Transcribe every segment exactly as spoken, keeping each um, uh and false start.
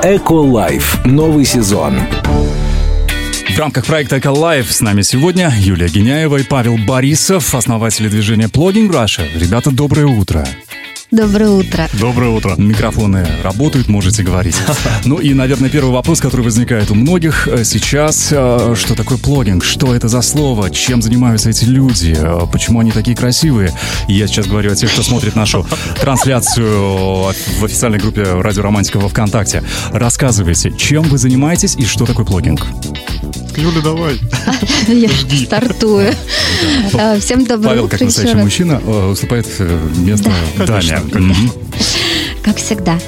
Эко-Лайф. Новый сезон. В рамках проекта «Эко-Лайф» с нами сегодня Юлия Гиняева и Павел Борисов, основатели движения Plugging Russia. Ребята, доброе утро. Доброе утро. Доброе утро. Микрофоны работают, можете говорить. Ну и, наверное, первый вопрос, который возникает у многих сейчас. Что такое плогинг? Что это за слово? Чем занимаются эти люди? Почему они такие красивые? И я сейчас говорю о тех, кто смотрит нашу трансляцию в официальной группе «Радио Романтика» во ВКонтакте. Рассказывайте, чем вы занимаетесь и что такое плогинг? Юля, давай. Я стартую. Всем доброе утро. Павел, как настоящий мужчина, уступает место Дане. Как всегда.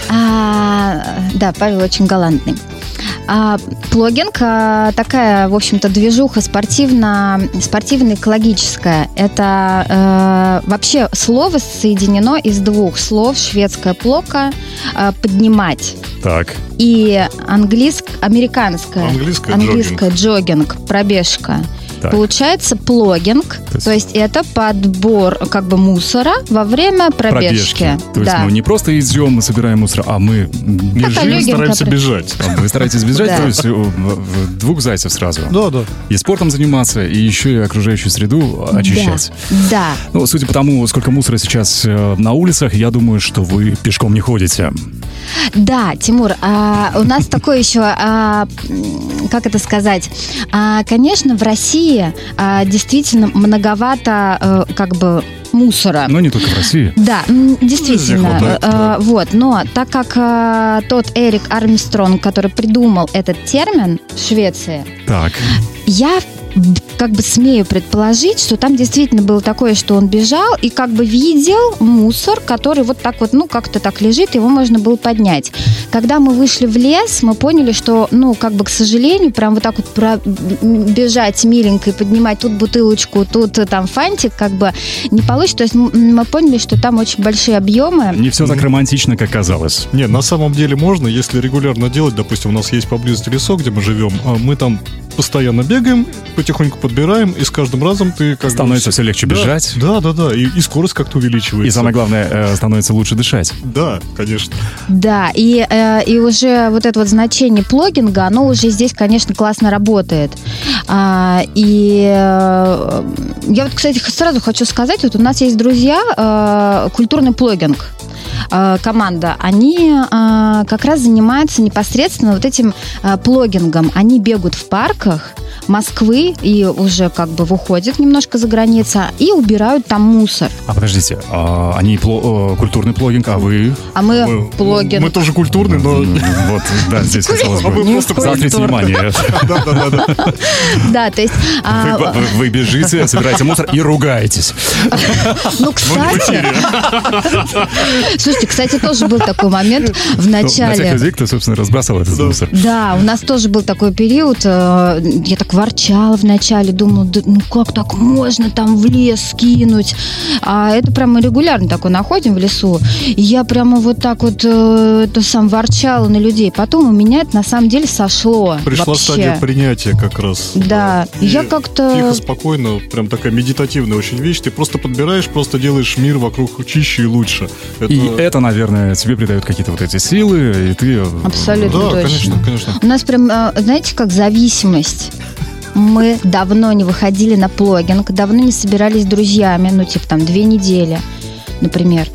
Да, Павел очень галантный. А, плогинг а, такая, в общем-то, движуха спортивно, спортивно-экологическая. Это а, вообще слово соединено из двух слов. Шведская плока а, поднимать. Так. И английск, американская, английская, английская джогинг, пробежка. Так. Получается плогинг, то есть... то есть это подбор как бы мусора во время пробежки. пробежки. То есть да. мы не просто идем, мы собираем мусор, а мы бежим, стараемся бежать. А вы стараетесь бежать, то есть двух зайцев сразу. Да, да. И спортом заниматься, и еще и окружающую среду очищать. Да. Ну, судя по тому, сколько мусора сейчас на улицах, я думаю, что вы пешком не ходите. Да, Тимур, а, у нас такое еще, а, как это сказать, а, конечно, в России а, действительно многовато а, как бы мусора. Но не только в России. Да, действительно. Хватает, да. а, вот, но так как а, тот Эрик Армстронг, который придумал этот термин в Швеции, так. я как бы смею предположить, что там действительно было такое, что он бежал и как бы видел мусор, который вот так вот, ну, как-то так лежит, его можно было поднять. Когда мы вышли в лес, мы поняли, что, ну, как бы, к сожалению, прям вот так вот про... бежать миленько и поднимать тут бутылочку, тут там фантик, как бы не получится. То есть мы поняли, что там очень большие объемы. Не все так романтично, как казалось. Не, на самом деле можно, если регулярно делать. Допустим, у нас есть поблизости лесок, где мы живем, мы там постоянно бегаем, потихоньку подбираем, и с каждым разом ты как становится бы... все легче да, бежать. Да, да, да, и, и скорость как-то увеличивается. И самое главное, становится лучше дышать. Да, конечно. Да, и, и уже вот это вот значение плогинга, оно уже здесь, конечно, классно работает. И я вот, кстати, сразу хочу сказать, вот у нас есть друзья, культурный плогинг. Команда, они а, как раз занимаются непосредственно вот этим а, плогингом. Они бегают в парках Москвы и уже как бы выходят немножко за границу и убирают там мусор. А подождите, а, они пло- культурный плогинг, а вы? А мы, мы плогинг. Мы тоже культурные, но... Вот, да, здесь хотелось бы заострить внимание. Да, да, да. Да, то есть... Вы бежите, собираете мусор и ругаетесь. Ну, кстати... Слушайте, кстати, тоже был такой момент в начале. На тех людей, кто, собственно, разбрасывал этот мусор. Да, у нас тоже был такой период. Я так ворчала в начале, думала, да, ну как так можно там в лес скинуть? А это прям мы регулярно такое находим в лесу. И я прямо вот так вот это сам ворчала на людей. Потом у меня это на самом деле сошло. Пришла вообще. стадия принятия как раз. Да, и я как-то... Тихо, спокойно, прям такая медитативная очень вещь. Ты просто подбираешь, просто делаешь мир вокруг чище и лучше. Это... И это, наверное, тебе придает какие-то вот эти силы, и ты... Абсолютно да, точно. конечно, конечно. У нас прям, знаете, как зависимость. Мы давно не выходили на плогинг, давно не собирались с друзьями, ну, типа, там, две недели, например.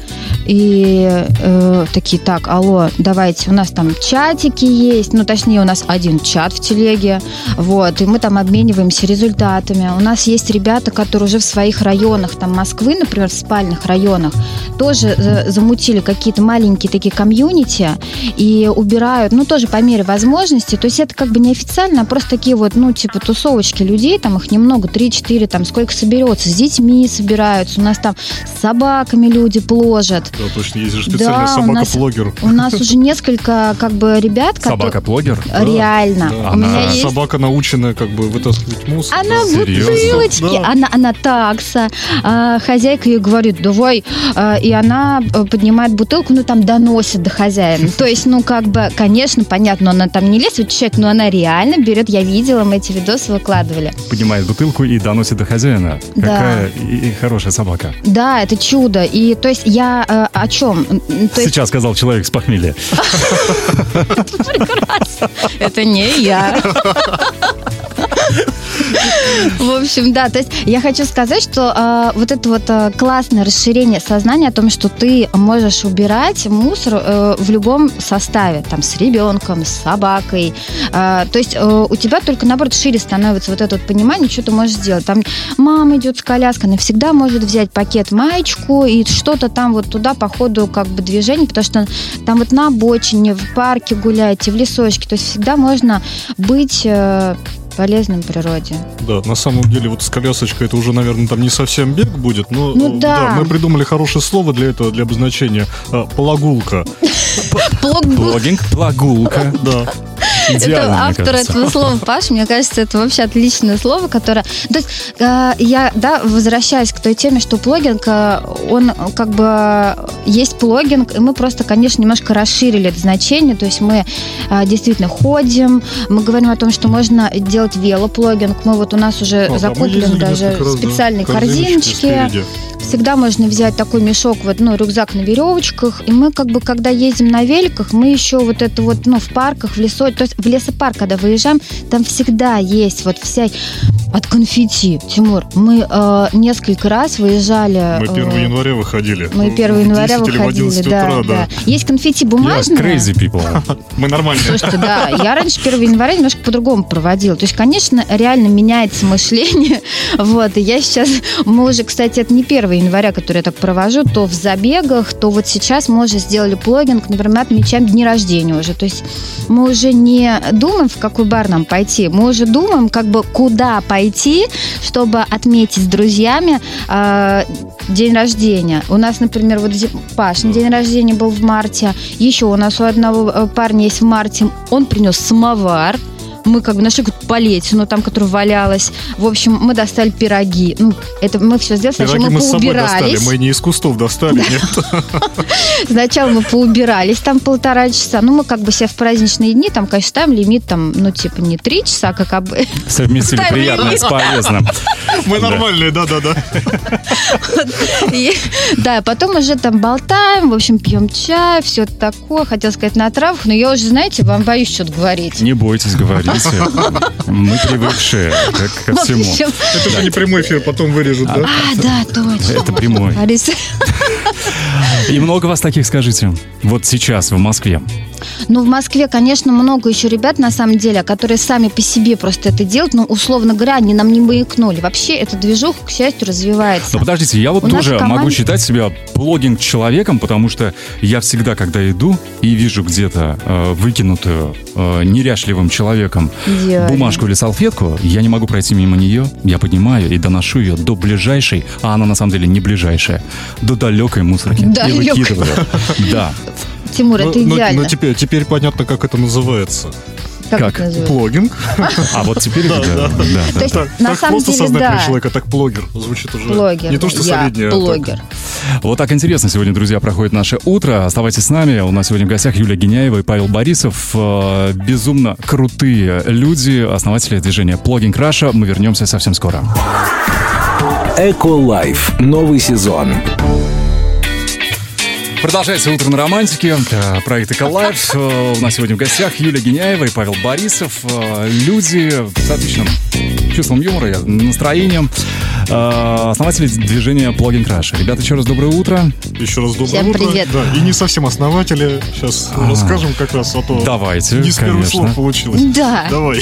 И э, такие, так, алло, давайте, у нас там чатики есть, ну, точнее, у нас один чат в телеге, вот, и мы там обмениваемся результатами. У нас есть ребята, которые уже в своих районах, там, Москвы, например, в спальных районах, тоже э, замутили какие-то маленькие такие комьюнити и убирают, ну, тоже по мере возможности, то есть это как бы неофициально, а просто такие вот, ну, типа, тусовочки людей, там их немного, три-четыре, там, сколько соберется, с детьми собираются, у нас там с собаками люди пложат. Да, точно, есть же специальный да, собака-плогер. У, у нас уже несколько, как бы, ребят, которые... Собака-плогер? Реально. Да. У она... меня есть... Собака научена, как бы, вытаскивать мусор. Она да. бутылочки, да. она, она такса. А, хозяйка ей говорит, давай. А, и она поднимает бутылку, ну, там, доносит до хозяина. То есть, ну, как бы, конечно, понятно, она там не лезет вычищать, но она реально берет, я видела, мы эти видосы выкладывали. Поднимает бутылку и доносит до хозяина. Да. Какая и, и хорошая собака. Да, это чудо. И, то есть, я... э, о чем? То есть... Сейчас сказал человек с похмелья. Прекрасно. Это не я. В общем, да, то есть я хочу сказать, что э, вот это вот э, классное расширение сознания о том, что ты можешь убирать мусор э, в любом составе, там, с ребенком, с собакой. Э, то есть э, у тебя только, наоборот, шире становится вот это вот понимание, что ты можешь сделать. Там мама идет с коляской, она всегда может взять пакет, маечку и что-то там вот туда по ходу как бы движения, потому что там вот на обочине, в парке гуляете, в лесочке, то есть всегда можно быть... Э, полезным природе. Да, на самом деле вот с колясочкой это уже, наверное, там не совсем бег будет, но ну, да. да, мы придумали хорошее слово для этого, для обозначения. Плагулка. Плогинг, плагулка. Да. Идеально, это автор этого слова, Паш, мне кажется, это вообще отличное слово, которое... То есть э, я, да, возвращаюсь к той теме, что плогинг, э, он как бы... Есть плогинг, и мы просто, конечно, немножко расширили это значение, то есть мы э, действительно ходим, мы говорим о том, что можно делать велоплогинг, мы вот у нас уже а, закуплен да, даже специальные раз, да, корзиночки. Всегда можно взять такой мешок, вот, ну, рюкзак на веревочках, и мы как бы, когда ездим на великах, мы еще вот это вот, ну, в парках, в лесу, то есть в лесопарк, когда выезжаем, там всегда есть вот вся... От конфетти, Тимур, мы э, несколько раз выезжали... Мы первого января выходили. Мы первого января выходили, да, утра, да. да. Есть конфетти бумажные. Yeah, crazy people. Мы нормальные. Слушайте, да, я раньше первого января немножко по-другому проводила. То есть, конечно, реально меняется мышление. Вот, и я сейчас... Мы уже, кстати, это не первого января, который я так провожу, то в забегах, то вот сейчас мы уже сделали плогинг, например, отмечаем дни рождения уже. То есть мы уже не думаем, в какой бар нам пойти, мы уже думаем, как бы, куда пойти, чтобы отметить с друзьями э, день рождения. У нас, например, вот Пашин день рождения был в марте. Еще у нас у одного парня есть в марте. Он принес самовар. Мы как бы нашли какую-то палетину там, которая валялась. В общем, мы достали пироги. Ну, это мы все сделали. Сначала пироги мы, мы поубирались. с собой достали, мы не из кустов достали, нет. Сначала мы поубирались там полтора часа. Ну, мы как бы себе в праздничные дни, там, конечно, ставим лимит, там, ну, типа, не три часа, как обычно. Совместили приятное с полезным. Мы нормальные, да-да-да. Да, потом уже там болтаем, в общем, пьем чай, все такое. Хотела сказать на травах, но я уже, знаете, вам боюсь что-то говорить. Не бойтесь говорить. Мы привыкшие ко, ко всему. Общем... Это же не прямой эфир, потом вырежут, да? А, да, точно. Это прямой. И много вас таких, скажите, вот сейчас в Москве? Ну, в Москве, конечно, много еще ребят, на самом деле, которые сами по себе просто это делают. Ну, условно говоря, они нам не маякнули. Вообще, эта движуха, к счастью, развивается. Но подождите, я вот У тоже команде... могу считать себя плогинг-человеком, потому что я всегда, когда иду и вижу где-то э, выкинутую э, неряшливым человеком Идеально. бумажку или салфетку, я не могу пройти мимо нее. Я поднимаю и доношу ее до ближайшей, а она на самом деле не ближайшая, до далекой мусорки. Далекой. И выкидываю. Да. Тимур, это но, идеально. Но, но теперь, теперь понятно, как это называется. Как, как? это называется? Плогинг. А вот теперь... Да, да. да. То есть, Так, на так самом просто деле, сознательный да. человек, а так блогер. Звучит уже Блогер. не то, что Я солиднее. блогер. Вот так интересно сегодня, друзья, проходит наше утро. Оставайтесь с нами. У нас сегодня в гостях Юлия Гиняева и Павел Борисов. Безумно крутые люди, основатели движения Plugging Russia. Мы вернемся совсем скоро. Эко-лайф. Новый сезон. Продолжается «Утро на романтике». Проект «Эко-лайф». У нас сегодня в гостях Юлия Гиняева и Павел Борисов. Люди с отличным чувством юмора, настроением. Основатели движения Plugging Russia. Ребята, еще раз доброе утро. Еще раз доброе Всем утро. привет. Да, и не совсем основатели. Сейчас А. расскажем как раз, а то Давайте, не с первых конечно. слов получилось. Да. Давай.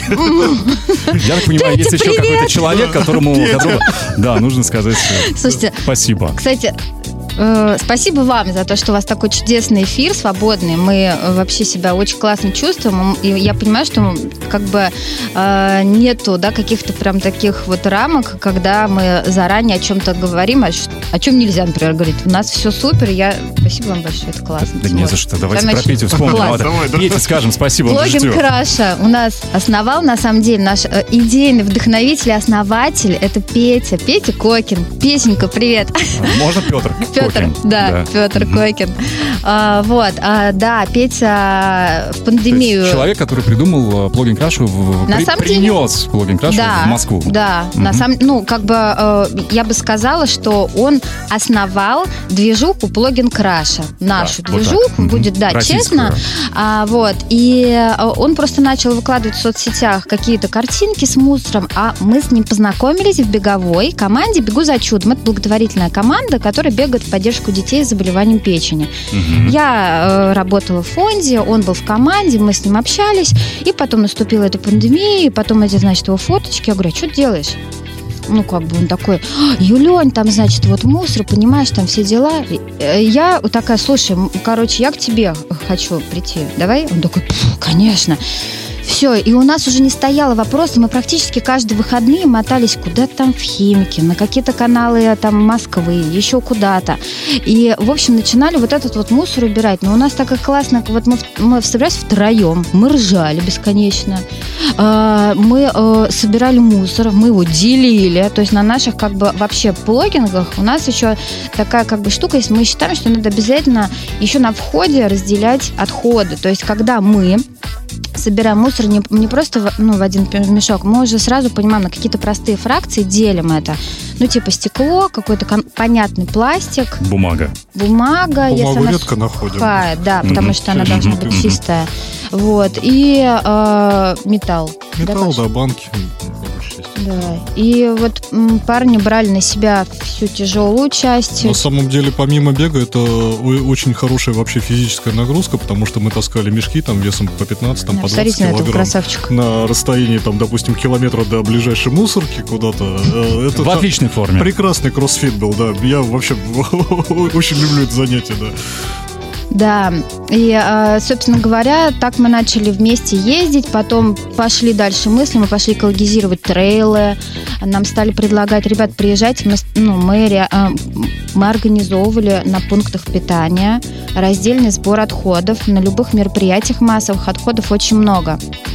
Я так понимаю, есть еще привет. какой-то человек, которому, которому... Да, нужно сказать Слушайте, спасибо. кстати, э, спасибо вам за то, что у вас такой чудесный эфир, свободный. Мы э, вообще себя очень классно чувствуем. И я понимаю, что как бы э, нету, да, каких-то прям таких вот рамок, когда мы заранее о чем-то говорим, о, ш- о чем нельзя, например, говорить. У нас все супер. Я... Спасибо вам большое, это классно. Да не за что. Давайте про Петю вспомним. Класс. Ладно. Давай, да. Петя, скажем спасибо. Он Plugging ждет. Russia у нас основал, на самом деле, наш э, идейный вдохновитель и основатель. Это Петя. Петя Кокин. Петенька, привет. Можно Петр? Петр, Кокин. да, Петр Мгм. Кокин. А, вот, а, да, Петя в То пандемию... есть человек, который придумал Plugin Crush, в, На при- самом деле- принес Plugin Crush Да, в Москву. да, Мгм. на самом, ну, как бы э, я бы сказала, что он основал движуху Plugin Crush. Нашу Да, вот движуху, так. Мгм. будет, да, Российскую. честно. А, вот, и э, он просто начал выкладывать в соцсетях какие-то картинки с мусором, а мы с ним познакомились в беговой команде «Бегу за чудом». Это благотворительная команда, которая бегает в поддержку детей с заболеванием печени. Мгм. Я э, работала в фонде, он был в команде, мы с ним общались, и потом наступила эта пандемия, и потом эти, значит, его фоточки. Я говорю: а что ты делаешь? Ну, как бы он такой: «А, Юлень, там, значит, вот мусор, понимаешь, там все дела». И, э, Я вот такая: слушай, м, короче, я к тебе хочу прийти, давай? Он такой: «Пф, конечно». Все, и у нас уже не стояло вопроса, мы практически каждые выходные мотались куда-то там в Химки, на какие-то каналы там Москвы, еще куда-то. И, в общем, начинали вот этот вот мусор убирать. Но у нас так и классно, вот мы, в- мы собирались втроем, мы ржали бесконечно, А, мы э, собирали мусор, мы его делили, то есть на наших как бы вообще плогингах у нас еще такая как бы штука есть, мы считаем, что надо обязательно еще на входе разделять отходы, то есть когда мы собираем мусор не, не просто в, ну, в один мешок, мы уже сразу понимаем, на какие-то простые фракции делим это. Ну, типа стекло, какой-то кон- понятный пластик, Бумага. бумага, если Бумагу она редко находим. сухая, да, потому Мгм. что она Мгм. должна быть Мгм. чистая. Вот. И э, металл. Металл, Паша? да, банки. по большей части. Да. И вот м, парни брали на себя всю тяжелую часть. На самом деле, помимо бега, это о- очень хорошая вообще физическая нагрузка, потому что мы таскали мешки там весом по пятнадцать, там, Да, по двадцать посмотрите на этого килограмм красавчика. на расстоянии, там, допустим, километра до ближайшей мусорки куда-то. Э, Это В та- отличной форме. прекрасный кроссфит был, да. Я вообще очень люблю это занятие, да. Да, и, э, собственно говоря, так мы начали вместе ездить, потом пошли дальше мысли, мы пошли экологизировать трейлы, нам стали предлагать: ребят, приезжайте, мы, с- ну, мы, ре- э, мы организовывали на пунктах питания раздельный сбор отходов, на любых мероприятиях массовых отходов очень много.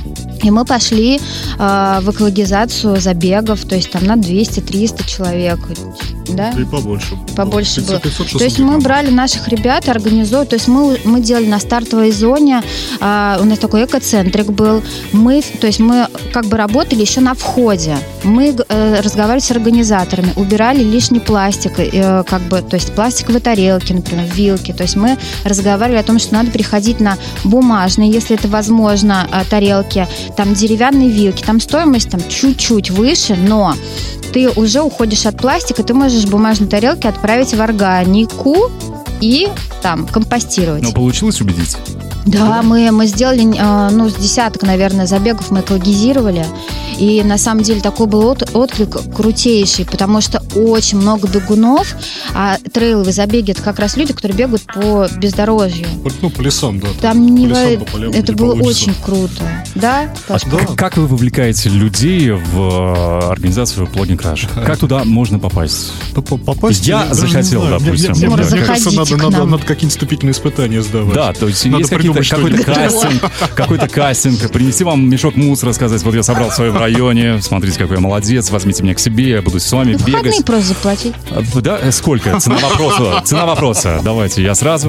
И мы пошли э, в экологизацию забегов, то есть там на двести-триста человек, да? И побольше. Побольше было. пятьсот шестьсот То есть мы брали наших ребят, организовывали, то есть мы, мы делали на стартовой зоне, а, у нас такой экоцентрик был, мы, то есть мы как бы работали еще на входе, мы э, разговаривали с организаторами, убирали лишний пластик, э, как бы, то есть пластиковые тарелки, например, вилки, то есть мы разговаривали о том, что надо переходить на бумажные, если это возможно, э, тарелки, там деревянные вилки, там стоимость там чуть-чуть выше, но ты уже уходишь от пластика, ты можешь бумажные тарелки отправить в органику и там компостировать. Но получилось убедить? Да, мы, мы сделали, э, ну, с десяток, наверное, забегов мы экологизировали. И на самом деле такой был от- отклик крутейший, потому что очень много бегунов, а трейловые забеги — это как раз люди, которые бегают по бездорожью. Ну, по лесам, да. Там не по во- лесам, по полям, это где было получится. очень круто. Да, А Паш? Да. как, как вы вовлекаете людей в э, организацию Plugin Crush? Как туда можно попасть? П- п- Попасть, Я даже не захотел, знаю. Мне- допустим. Мне, мне- Может, мне кажется, заходите надо, к надо, нам. надо какие-нибудь вступительные испытания сдавать. Да, то есть Надо есть какие-то, придумать какой-то что-нибудь. кастинг, какой-то кастинг, принести вам мешок мусора, сказать: вот я собрал в своем районе, смотрите, какой я молодец, возьмите меня к себе, я буду с вами Ну, входные бегать. просто заплатить. А, Да, э, сколько? Цена вопроса. Цена вопроса. Давайте, я сразу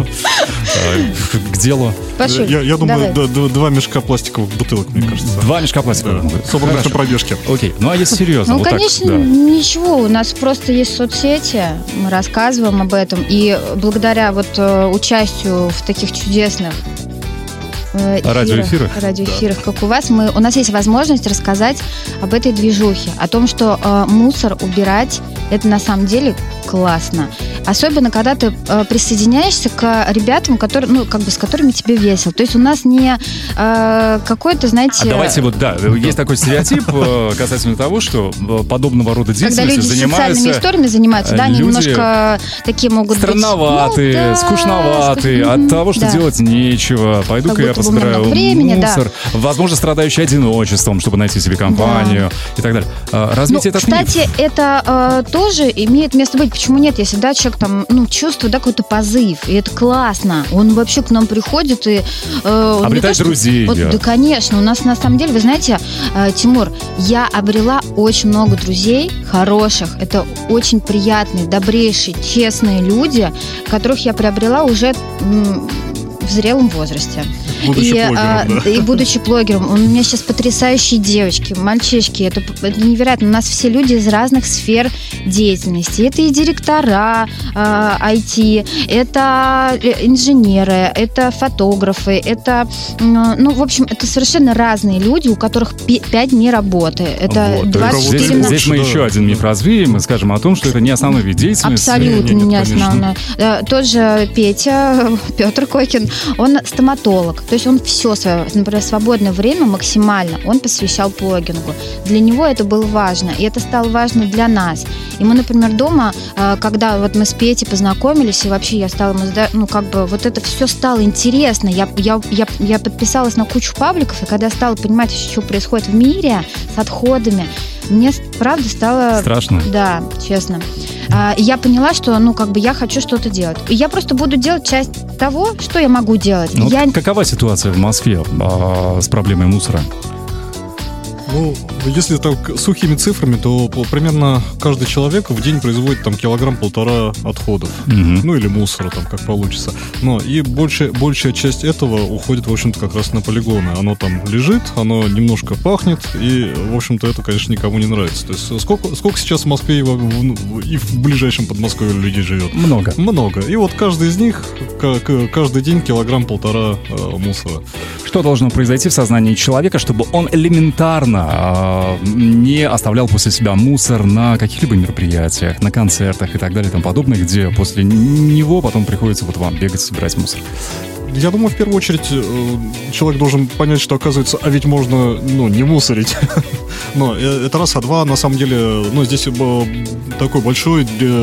э, к делу. Паша, Я, я думаю, давай. д- д- два мешка пластиковых бутылок, мне кажется. Два мешка Да, пластика. собранных на Хорошо. пробежке. Окей, ну а если серьезно? Ну, вот так, конечно, да. ничего. У нас просто есть соцсети, мы рассказываем об этом. И благодаря вот э, участию в таких чудесных э, эфирах, Радиоэфирах? радиоэфирах, как у вас, мы, у нас есть возможность рассказать об этой движухе, о том, что э, мусор убирать — это на самом деле классно. Особенно, когда ты э, присоединяешься к ребятам, которые, ну, как бы, с которыми тебе весело. То есть у нас не э, какой-то, знаете... А давайте вот, да, есть такой стереотип э, касательно того, что э, подобного рода Когда деятельностью люди занимаются социальными историями занимаются, да, они люди немножко такие могут странноватые, быть... Ну, да, скучноватые, скуч- от того, что да. делать нечего. Пойду-ка Как я будто бы пособираю много времени, да. мусор. Возможно, страдающие одиночеством, чтобы найти себе компанию и так далее. А, Ну, развейте этот миф. кстати, это э, тоже имеет место быть. Почему нет? Если, да, человек там, ну, чувствует, да, какой-то позыв, и это классно. Он вообще к нам приходит и... Э, обретать то, друзей. Вот, да, конечно. У нас, на самом деле, вы знаете, э, Тимур, я обрела очень много друзей хороших. Это очень приятные, добрейшие, честные люди, которых я приобрела уже... М- в зрелом возрасте. Будучи и, блогером, а, да. И будучи блогером. У меня сейчас потрясающие девочки, мальчишки. Это, это невероятно. У нас все люди из разных сфер деятельности. Это и директора а, ай ти, это инженеры, это фотографы, это, ну, в общем, это совершенно разные люди, у которых пять дней работы. Это вот, двадцать четыре здесь, на... здесь мы еще один миф развеем и скажем о том, что это не основной вид деятельности. Абсолютно Нет, не нет, основной. Тот же Петя, Петр Кокин, он стоматолог. То есть он все свое, например, свободное время максимально он посвящал плогингу. Для него это было важно. И это стало важно для нас. И мы, например, дома, когда вот мы с Петей познакомились, и вообще я стала ему, ну, как бы, вот это все стало интересно. Я, я, я, я подписалась на кучу пабликов, и когда стала понимать, что происходит в мире с отходами, мне, правда, стало... Страшно? Да, честно. И я поняла, что, ну, как бы я хочу что-то делать. И я просто буду делать часть того, что я могу делать. Ну, я... Какова ситуация в Москве а, с проблемой мусора? Ну, если так сухими цифрами, то примерно каждый человек в день производит там килограмм-полтора отходов. Угу. Ну, или мусора, там, как получится. Но и больше, большая часть этого уходит, в общем-то, как раз на полигоны. Оно там лежит, оно немножко пахнет, и, в общем-то, это, конечно, никому не нравится. То есть сколько, сколько сейчас в Москве и в, в, и в ближайшем Подмосковье людей живет? Много. Много. И вот каждый из них, каждый день килограмм-полтора э, мусора. Что должно произойти в сознании человека, чтобы он элементарно не оставлял после себя мусор на каких-либо мероприятиях, на концертах и так далее и тому подобное, где после него потом приходится вот вам бегать, собирать мусор? Я думаю, в первую очередь человек должен понять, что, оказывается, а ведь можно, ну, не мусорить. Но это раз, а два, на самом деле, ну, здесь такой большой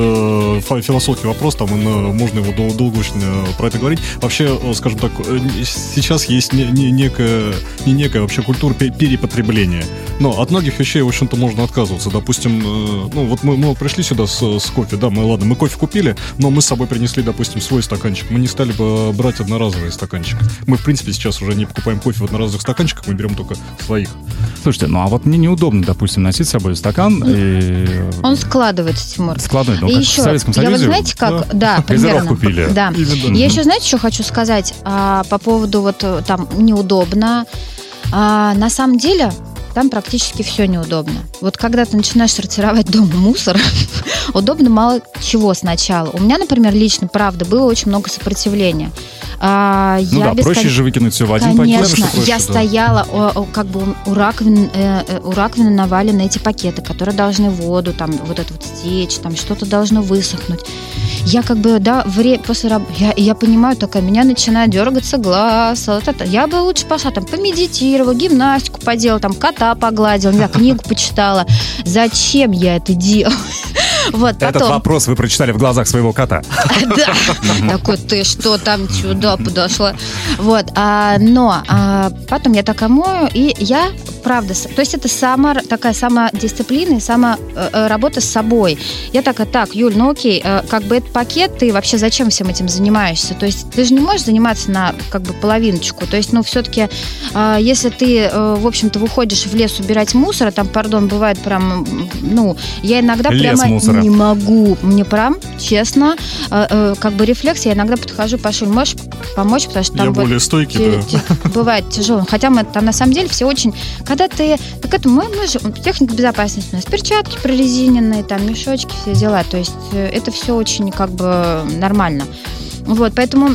философский вопрос, там можно его долго очень про это говорить. Вообще, скажем так, сейчас есть некая, не некая вообще культура перепотребления. Но от многих вещей, в общем-то, можно отказываться. Допустим, ну, вот мы, мы пришли сюда с, с кофе, да, мы, ладно, мы кофе купили, но мы с собой принесли, допустим, свой стаканчик. Мы не стали бы брать одноразовый стаканчик. Мы, в принципе, сейчас уже не покупаем кофе в одноразовых стаканчиках, мы берем только своих. Слушайте, ну а вот мне неудобно, допустим, носить с собой стакан и... Он складывается, Тимур. Складывает, ну, и как еще, в Советском я Союзе. вот знаете, как... Да, да примерно. Купили. Да. Именно. Я еще, знаете, что хочу сказать а, по поводу вот там неудобно. А, на самом деле... Там практически все неудобно. Вот когда ты начинаешь сортировать дома мусор, удобно мало чего сначала. У меня, например, лично, правда, было очень много сопротивления. А, ну я да, без... проще же выкинуть все в один Конечно, пакет. Конечно, я да. стояла о, о, как бы у раковины, э, у раковины навалены эти пакеты, которые должны воду, там, вот это вот стечь, там, что-то должно высохнуть. Я как бы, да, вре... после работы, я, я понимаю, такая, меня начинает дергаться глаз, вот это. Я бы лучше пошла, там, помедитировала, гимнастику поделала, там, кота погладила, я книгу почитала. Зачем я это делаю? Вот, Этот потом... вопрос вы прочитали в глазах своего кота. Да. Такой, ты что там, сюда подошла? Вот, но потом я такая мою, и я, правда, то есть это сама такая самодисциплина и сама работа с собой. Я такая, так, Юль, ну окей, как бы этот пакет, ты вообще зачем всем этим занимаешься? То есть ты же не можешь заниматься на как бы половиночку. То есть, ну, все-таки, если ты, в общем-то, выходишь в лес убирать мусор, там, пардон, бывает прям, ну, я иногда лес прямо мусора. Не могу. Мне прям, честно, э, э, как бы рефлекс, я иногда подхожу, Пашуль, можешь помочь, потому что там я вот более стойкий, те, да. те, бывает тяжело. Хотя мы там на самом деле все очень... Когда ты... Так это мы, мы же... Техника безопасности у нас. Перчатки прорезиненные, там мешочки, все дела. То есть это все очень как бы нормально. Вот, поэтому...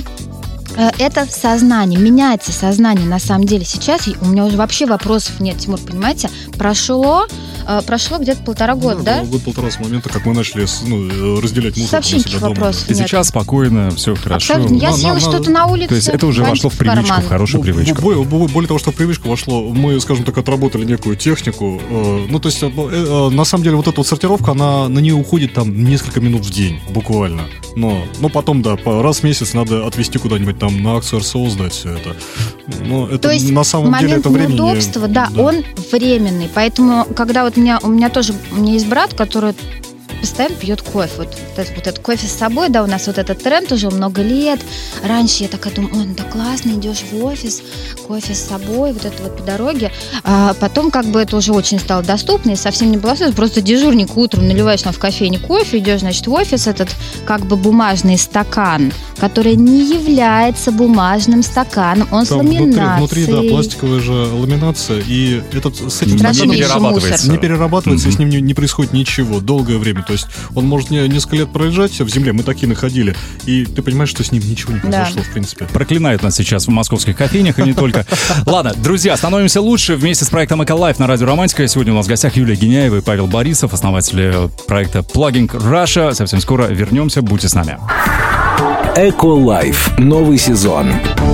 Это сознание, меняется сознание на самом деле. Сейчас у меня уже вообще вопросов нет, Тимур, понимаете? Прошло, прошло где-то полтора года, да? да? Год-полтора с момента, как мы начали ну, разделять мусор вообще у себя никаких дома. вопросов И нет. сейчас спокойно, все хорошо. Абсолютно. Я На- съела на- что-то на улице. То есть это уже вошло в привычку, в хорошую Бо- привычку. бо- бо- Более того, что в привычку вошло, мы, скажем так, отработали некую технику. э, Ну, то есть, э, э, на самом деле, вот эта вот сортировка, она на нее уходит там несколько минут в день, буквально. Но, но потом, да, по- раз в месяц надо отвезти куда-нибудь там на акцию эр эс о сдать все это. Но это То есть на самом момент деле это времени... неудобства, да, да. он временный. Поэтому, когда вот у меня, у меня тоже, у меня есть брат, который постоянно пьет кофе. Вот, вот, этот, вот этот кофе с собой, да, у нас вот этот тренд уже много лет. Раньше я такая думаю, ой, ну так классно, идешь в офис, кофе с собой, вот это вот по дороге. А потом как бы это уже очень стало доступно, и совсем не было сложно. Просто дежурник утром наливаешь там в кофейне кофе, идешь, значит, в офис, этот как бы бумажный стакан, который не является бумажным стаканом, он Там с ламинацией. Внутри, внутри, да, пластиковая же ламинация, и этот с этим Страшнейший не перерабатывается. мусор. не перерабатывается, Mm-hmm. и с ним не, не происходит ничего долгое время. То есть он может не, несколько лет пролежать в земле, мы такие находили, и ты понимаешь, что с ним ничего не произошло, Да. в принципе. Проклинают нас сейчас в московских кофейнях и не только. Ладно, друзья, становимся лучше вместе с проектом «Эколайф» на радио «Романтика». Сегодня у нас в гостях Юлия Гиняева и Павел Борисов, основатели проекта Plugging Russia. Совсем скоро вернемся, будьте с нами. Эколайф. Новый сезон.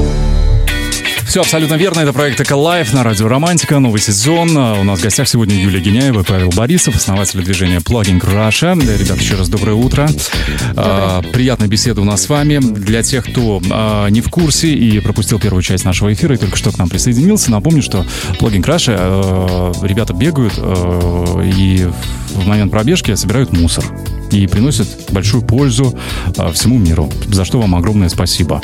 Все абсолютно верно, это проект «Эколайф» на радио «Романтика», новый сезон. У нас в гостях сегодня Юлия Гиняева и Павел Борисов, основатели движения Plugging Russia. Ребята, еще раз доброе утро. А, приятная беседа у нас с вами. Для тех, кто а, не в курсе и пропустил первую часть нашего эфира и только что к нам присоединился, напомню, что Plugging Russia, а, ребята бегают а, и в момент пробежки собирают мусор и приносят большую пользу а, всему миру, за что вам огромное спасибо.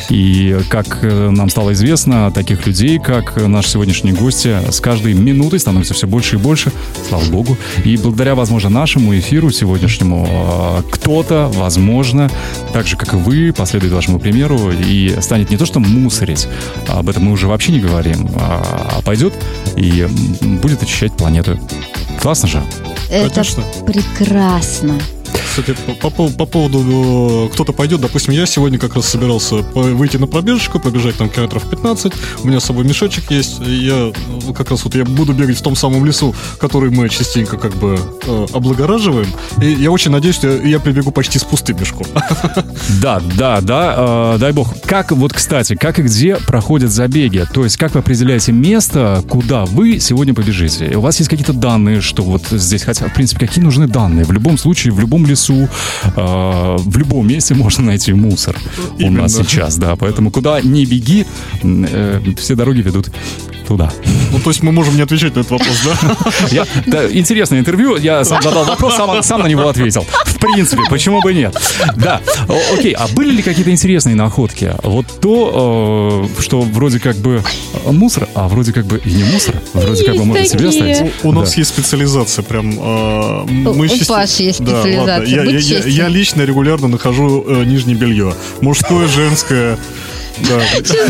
И как нам стало известно, таких людей, как наши сегодняшние гости, с каждой минутой становится все больше и больше, слава богу. И благодаря, возможно, нашему эфиру сегодняшнему кто-то, возможно, так же, как и вы, последует вашему примеру и станет не то что мусорить, об этом мы уже вообще не говорим, а пойдет и будет очищать планету. Классно же? Это Конечно. прекрасно. Кстати, по, по, по поводу кто-то пойдет, допустим, я сегодня как раз собирался выйти на пробежечку, пробежать там километров пятнадцать, у меня с собой мешочек есть, и я как раз вот я буду бегать в том самом лесу, который мы частенько как бы э, облагораживаем, и я очень надеюсь, что я, я прибегу почти с пустым мешком. Да, да, да, э, дай бог. Как, вот, кстати, как и где проходят забеги? То есть, как вы определяете место, куда вы сегодня побежите? У вас есть какие-то данные, что вот здесь, хотя, в принципе, какие нужны данные? В любом случае, в любом лесу, э, в любом месте можно найти мусор. Именно. У нас сейчас, да. Поэтому куда ни беги, э, все дороги ведут туда. Ну, то есть мы можем не отвечать на этот вопрос, да? Я, да, интересное интервью, я сам задал вопрос, сам, сам на него ответил. В принципе, почему бы нет? Да, О, окей, а были ли какие-то интересные находки? Вот то, э, что вроде как бы мусор, а вроде как бы и не мусор, вроде как бы Есть можно себе такие. оставить. У нас Да. есть специализация, прям. э, мы У части- Паши есть Да, ладно. специализация, Я, будь я- я- честен. я лично регулярно нахожу э, нижнее белье. Мужское, женское. Да.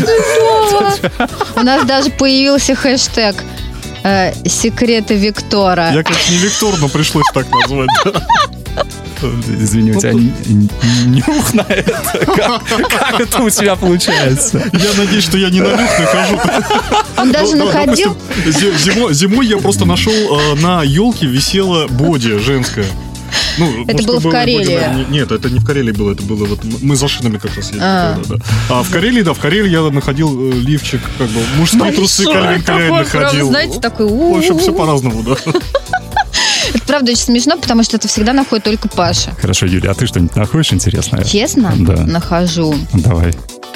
У нас даже появился хэштег э, «Секреты Виктора». Я, конечно, не Виктор, но пришлось так назвать. да. Извини, у тебя н- н- нюх на это? Как, как это у тебя получается? Я надеюсь, что я не на нюх нахожу. Он даже Ну, да, находил... допустим, зи- зимой, зимой я просто нашел э, на елке висело боди женское. Ну, Это мужское было в боди, Карелии. наверное, не- Нет, это не в Карелии было, это было вот мы за шинами как раз ездили. А. Да, да. А в Карелии, да, в Карелии я находил э, лифчик, как бы мужские трусы Кальвин Кляйн находил. Знаете, такой... В общем, все у-у-у. по-разному, да. Это правда очень смешно, потому что это всегда находит только Паша. Хорошо, Юля, а ты что-нибудь находишь интересное? Честно? Да. Нахожу. Давай.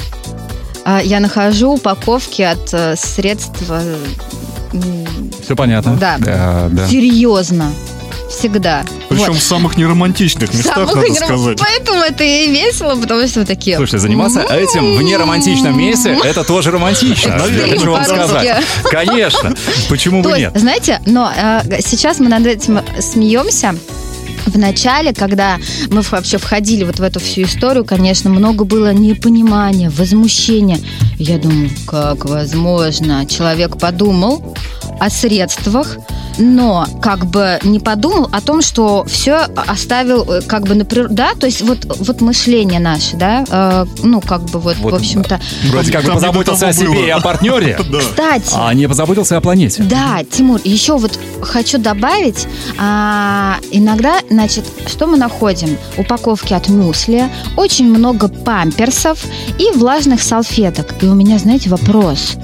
А, Я нахожу упаковки от э, средств... э, м, Все понятно? Да. Да, да. Серьезно. Всегда. Причем Вот. в самых неромантичных местах, Самых надо нерв- сказать. Поэтому это и весело, потому что вы такие... Слушайте, заниматься этим в неромантичном месте, это тоже романтично. Экстрим Я хочу вам по-русски. сказать. Конечно. Почему бы То нет? есть, знаете, но э, сейчас мы над этим смеемся. В начале, когда мы в- вообще входили вот в эту всю историю, конечно, много было непонимания, возмущения. Я думаю, как возможно? Человек подумал о средствах, но как бы не подумал о том, что все оставил э, как бы на природу. Да, то есть вот, вот мышление наше, да, э, ну как бы вот, Вот, в общем-то. Вроде как бы Там не до позаботился того о себе было. и о партнере, Да. Кстати, а не позаботился о планете. да, Тимур, еще вот хочу добавить, а, иногда, значит, что мы находим? Упаковки от мюсли, очень много памперсов и влажных салфеток. И у меня, знаете, вопрос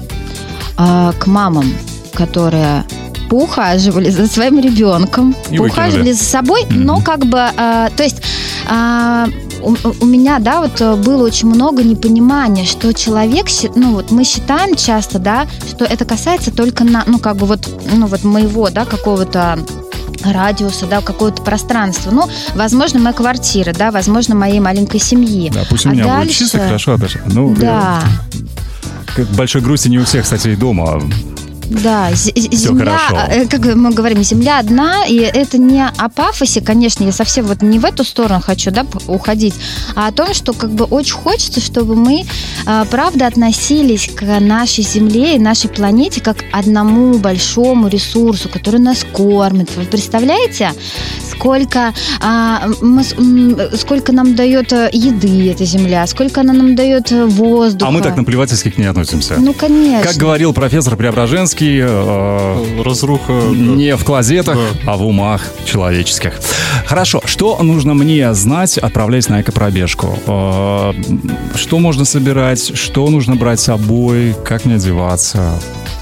а, к мамам, которые поухаживали за своим ребенком, И поухаживали выкинули. за собой, Мгм. но как бы, а, то есть... а, у, у меня, да, вот э, было очень много непонимания, что человек, щи- ну вот мы считаем часто, да, что это касается только на, ну как бы вот, ну вот моего, да, какого-то радиуса, да, какого-то пространства. Ну, возможно, моя квартира, да, возможно, моей маленькой семьи. Да, пусть у а меня дальше... будет чисто, хорошо, даже. Ну, да. К большой грусти не у всех, кстати, и дома. Да, з- земля, хорошо. Как мы говорим, земля одна, и это не о пафосе, конечно, я совсем вот не в эту сторону хочу, да, уходить, а о том, что как бы очень хочется, чтобы мы, правда, относились к нашей земле и нашей планете как к одному большому ресурсу, который нас кормит. Вы представляете, сколько, а, мы, сколько нам дает еды эта земля, сколько она нам дает воздуха. А мы так наплевательски к ней относимся. Ну, конечно. Как говорил профессор Преображенский, э, разруха не в клозетах, да. а в умах человеческих. Хорошо, что нужно мне знать, отправляясь на экопробежку? Э, что можно собирать, что нужно брать с собой, как мне одеваться?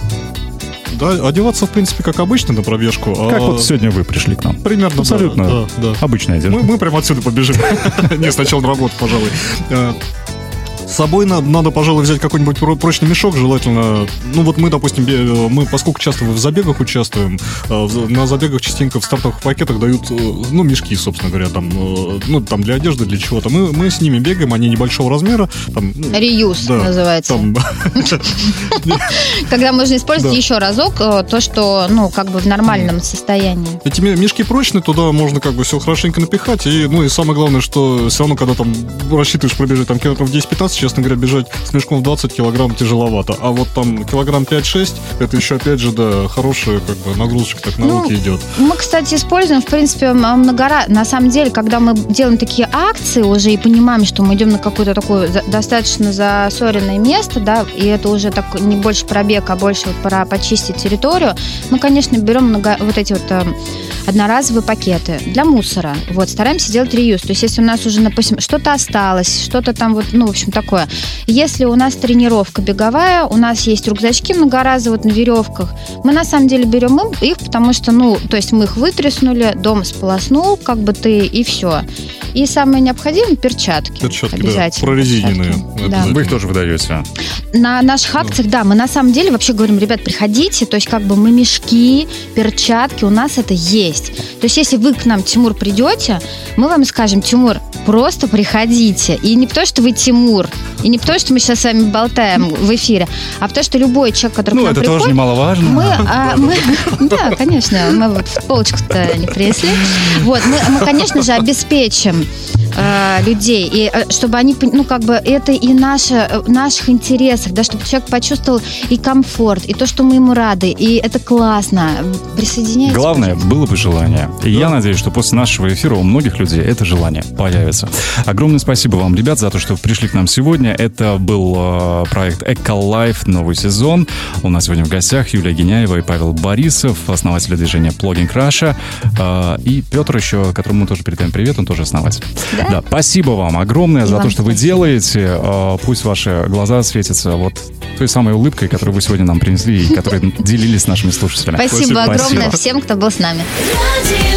Да, одеваться, в принципе, как обычно на пробежку. Как а... вот сегодня вы пришли к нам. Примерно. Абсолютно да, да, да. обычная одежда. Мы, мы прямо отсюда побежим. Не, сначала на работу, пожалуй. С собой надо, надо, пожалуй, взять какой-нибудь прочный мешок, желательно. Ну вот мы, допустим, мы, поскольку часто в забегах участвуем, на забегах частенько в стартовых пакетах дают, ну, мешки, собственно говоря, там, ну, там для одежды, для чего-то. Мы, мы с ними бегаем, они небольшого размера. Там, ну, реюз да, называется. Там... Когда можно использовать еще разок то, что, ну, как бы в нормальном состоянии. Эти мешки прочные, туда можно как бы все хорошенько напихать. И, ну, и самое главное, что все равно, когда там рассчитываешь пробежать там километров десять-пятнадцать, честно говоря, бежать с мешком в двадцать килограмм тяжеловато. А вот там килограмм пять-шесть, это еще, опять же, да, хорошая как бы нагрузочка так на ну, руки идет. Мы, кстати, используем, в принципе, многора... На самом деле, когда мы делаем такие акции уже и понимаем, что мы идем на какое-то такое достаточно засоренное место, да, и это уже так не больше пробег, а больше вот пора почистить территорию, мы, конечно, берем много... вот эти вот э, одноразовые пакеты для мусора. Вот, стараемся делать реюз. То есть, если у нас уже, допустим, что-то осталось, что-то там вот, ну, в общем, такое. Если у нас тренировка беговая, у нас есть рюкзачки многоразовые вот на веревках, мы на самом деле берем их, потому что, ну, то есть мы их вытряснули, дом сполоснул, как бы ты, и все. И самое необходимое — перчатки. Перчатки, обязательно. Да, прорезиненные. Да. Вы их тоже выдаете? На наших акциях, да. да, мы на самом деле вообще говорим, ребят, приходите, то есть как бы мы мешки, перчатки, у нас это есть. То есть если вы к нам, Тимур, придете, мы вам скажем: Тимур, просто приходите. И не потому, что вы Тимур, и не потому, что мы сейчас с вами болтаем в эфире, а потому, что любой человек, который ну, к нам приходит... Ну, это тоже немаловажно. Мы, а, мы, да, конечно, мы вот в полочку-то не принесли. Вот, мы, мы, конечно же, обеспечим э, людей, и чтобы они, ну, как бы, это и наше, в наших интересах, да, чтобы человек почувствовал и комфорт, и то, что мы ему рады, и это классно. Присоединяйтесь. Главное, пожалуйста. Было бы желание. И да. Я надеюсь, что после нашего эфира у многих людей это желание появится. Огромное спасибо вам, ребят, за то, что пришли к нам сегодня. Это был э, проект Эколайф, новый сезон. У нас сегодня в гостях Юлия Гиняева и Павел Борисов, основатели движения Plugging Russia, э, и Петр еще, которому мы тоже передаем привет, он тоже основатель. Да, да, спасибо вам огромное и за то, что вы делаете. Э, пусть ваши глаза светятся вот той самой улыбкой, которую вы сегодня нам принесли и которой делились с нашими слушателями. Спасибо огромное всем, кто был с нами.